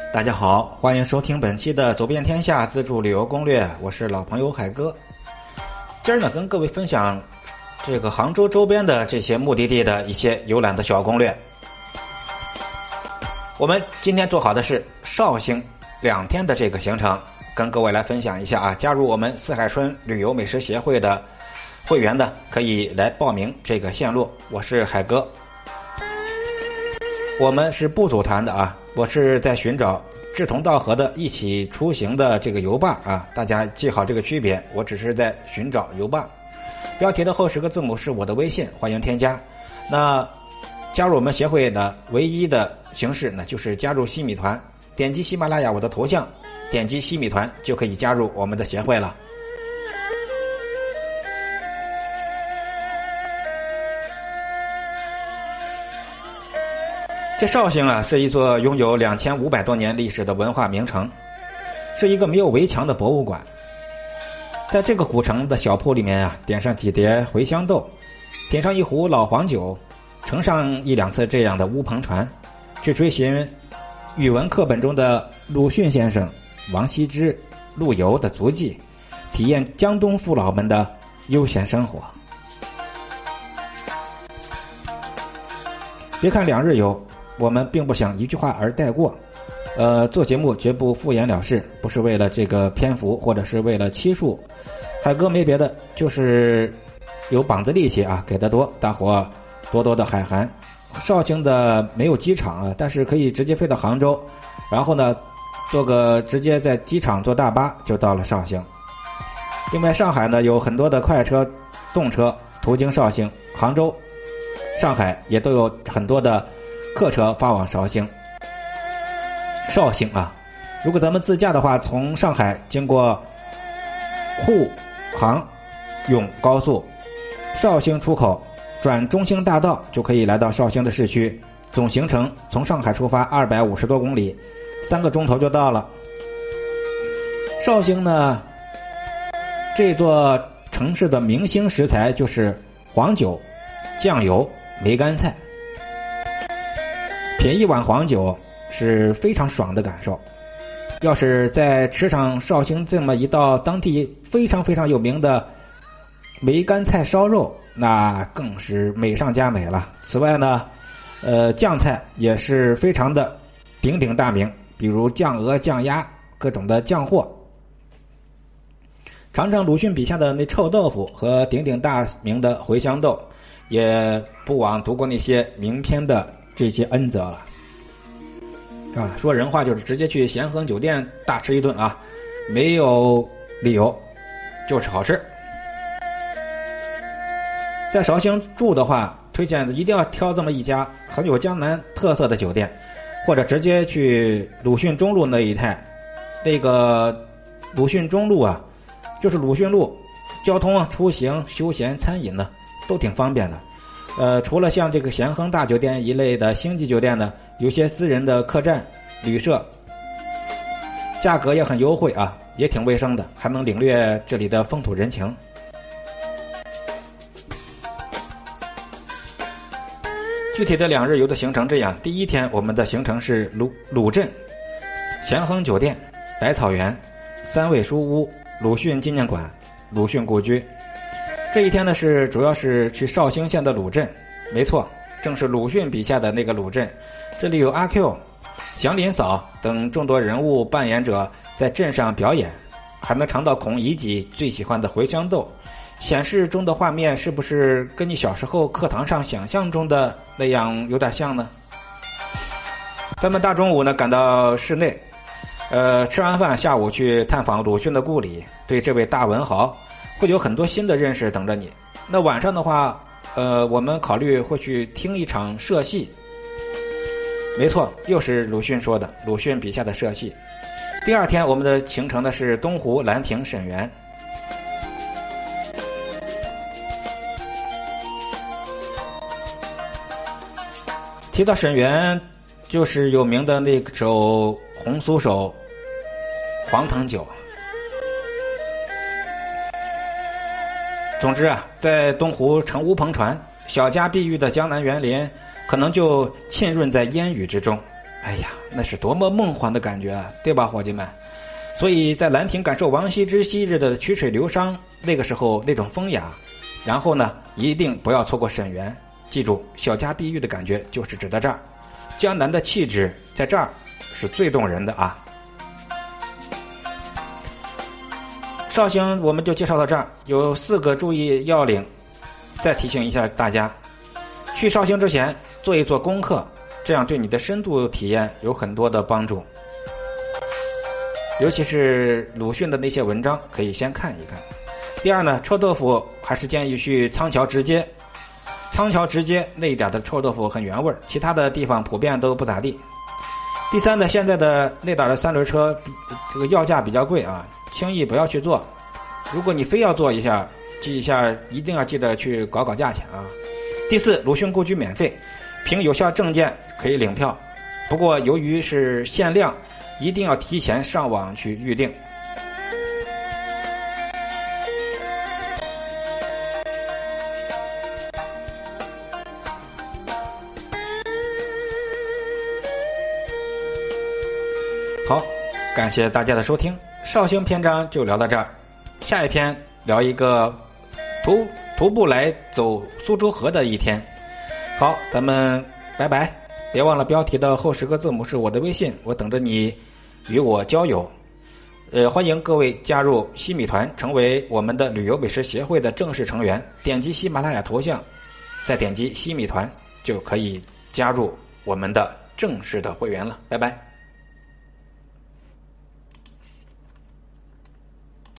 大家好，欢迎收听本期的走遍天下自助旅游攻略，我是老朋友海哥。今儿呢，跟各位分享这个杭州周边的这些目的地的一些游览的小攻略。我们今天做好的是绍兴2天的这个行程，跟各位来分享一下啊。加入我们四海春旅游美食协会的会员的，可以来报名这个线路。我是海哥。我们是不组团的啊，我是在寻找志同道合的一起出行的这个游伴啊，大家记好这个区别，我只是在寻找游伴。标题的后10个字母是我的微信，欢迎添加。那加入我们协会的唯一的形式呢，就是加入西米团，点击喜马拉雅我的头像，点击西米团就可以加入我们的协会了。这绍兴啊，是一座拥有2500多年历史的文化名城，是一个没有围墙的博物馆。在这个古城的小铺里面啊，点上几碟茴香豆，点上一壶老黄酒，乘上1、2次这样的乌篷船，去追寻语文课本中的鲁迅先生、王羲之、陆游的足迹，体验江东父老们的悠闲生活。别看2日游，我们并不想一句话而带过，做节目绝不敷衍了事，不是为了这个篇幅或者是为了期数，海哥没别的，就是有膀子力气啊，给的多，大伙多多的海涵。绍兴的没有机场啊，但是可以直接飞到杭州，然后呢，直接在机场坐大巴就到了绍兴。另外，上海呢有很多的快车、动车途经绍兴、杭州、上海也都有很多的客车发往绍兴啊。如果咱们自驾的话，从上海经过沪杭甬高速，绍兴出口转中兴大道就可以来到绍兴的市区。总行程从上海出发250多公里，3个钟头就到了。绍兴呢，这座城市的明星食材就是黄酒、酱油、梅干菜。品一碗黄酒是非常爽的感受，要是再吃上绍兴这么一道当地非常非常有名的梅干菜烧肉，那更是美上加美了。此外呢，酱菜也是非常的鼎鼎大名，比如酱鹅、酱鸭，各种的酱货。尝尝鲁迅笔下的那臭豆腐和鼎鼎大名的茴香豆，也不枉读过那些名篇的这些恩泽了啊！说人话就是直接去咸亨酒店大吃一顿啊，没有理由，就是好吃。在绍兴住的话，推荐一定要挑这么一家很有江南特色的酒店，或者直接去鲁迅中路那一带。那个鲁迅中路啊，就是鲁迅路，交通啊、出行、休闲、餐饮呢，都挺方便的。除了像这个咸亨大酒店一类的星级酒店呢，有些私人的客栈、旅社，价格也很优惠啊，也挺卫生的，还能领略这里的风土人情。具体的2日游的行程这样：第1天我们的行程是鲁镇、咸亨酒店、百草园、三味书屋、鲁迅纪念馆、鲁迅故居。这一天呢，主要是去绍兴县的鲁镇，没错，正是鲁迅笔下的那个鲁镇。这里有阿 Q、祥林嫂等众多人物扮演者在镇上表演，还能尝到孔乙己最喜欢的茴香豆。显示中的画面是不是跟你小时候课堂上想象中的那样有点像呢？咱们大中午呢赶到市内，吃完饭下午去探访鲁迅的故里，对这位大文豪会有很多新的认识等着你。那晚上的话，我们考虑会去听一场社戏。没错，又是鲁迅说的，鲁迅笔下的社戏。第2天我们的行程呢是东湖、兰亭、沈园。提到沈园，就是有名的那首红酥手黄藤酒。总之啊，在东湖乘乌篷船，小家碧玉的江南园林可能就浸润在烟雨之中。 哎呀，那是多么梦幻的感觉啊，对吧，伙计们？所以在兰亭感受王羲之昔日的曲水流觞，那个时候那种风雅，然后呢，一定不要错过沈园。记住，小家碧玉的感觉就是指在这儿，江南的气质在这儿是最动人的啊。绍兴我们就介绍到这儿，有4个注意要领，再提醒一下大家，去绍兴之前做一做功课，这样对你的深度体验有很多的帮助。尤其是鲁迅的那些文章可以先看一看。第二呢，臭豆腐还是建议去仓桥直街，仓桥直街那一点的臭豆腐很原味，其他的地方普遍都不咋地。第三呢，现在的那点的3轮车这个要价比较贵啊，轻易不要去做。如果你非要做一下，记一下，一定要记得去搞搞价钱啊。第4，鲁迅故居免费，凭有效证件可以领票，不过由于是限量，一定要提前上网去预定。好，感谢大家的收听，绍兴篇章就聊到这儿，下一篇聊一个徒步来走苏州河的一天。好，咱们拜拜，别忘了标题的后10个字母是我的微信，我等着你与我交友。欢迎各位加入西米团，成为我们的旅游美食协会的正式成员，点击喜马拉雅头像，再点击西米团就可以加入我们的正式的会员了。拜拜。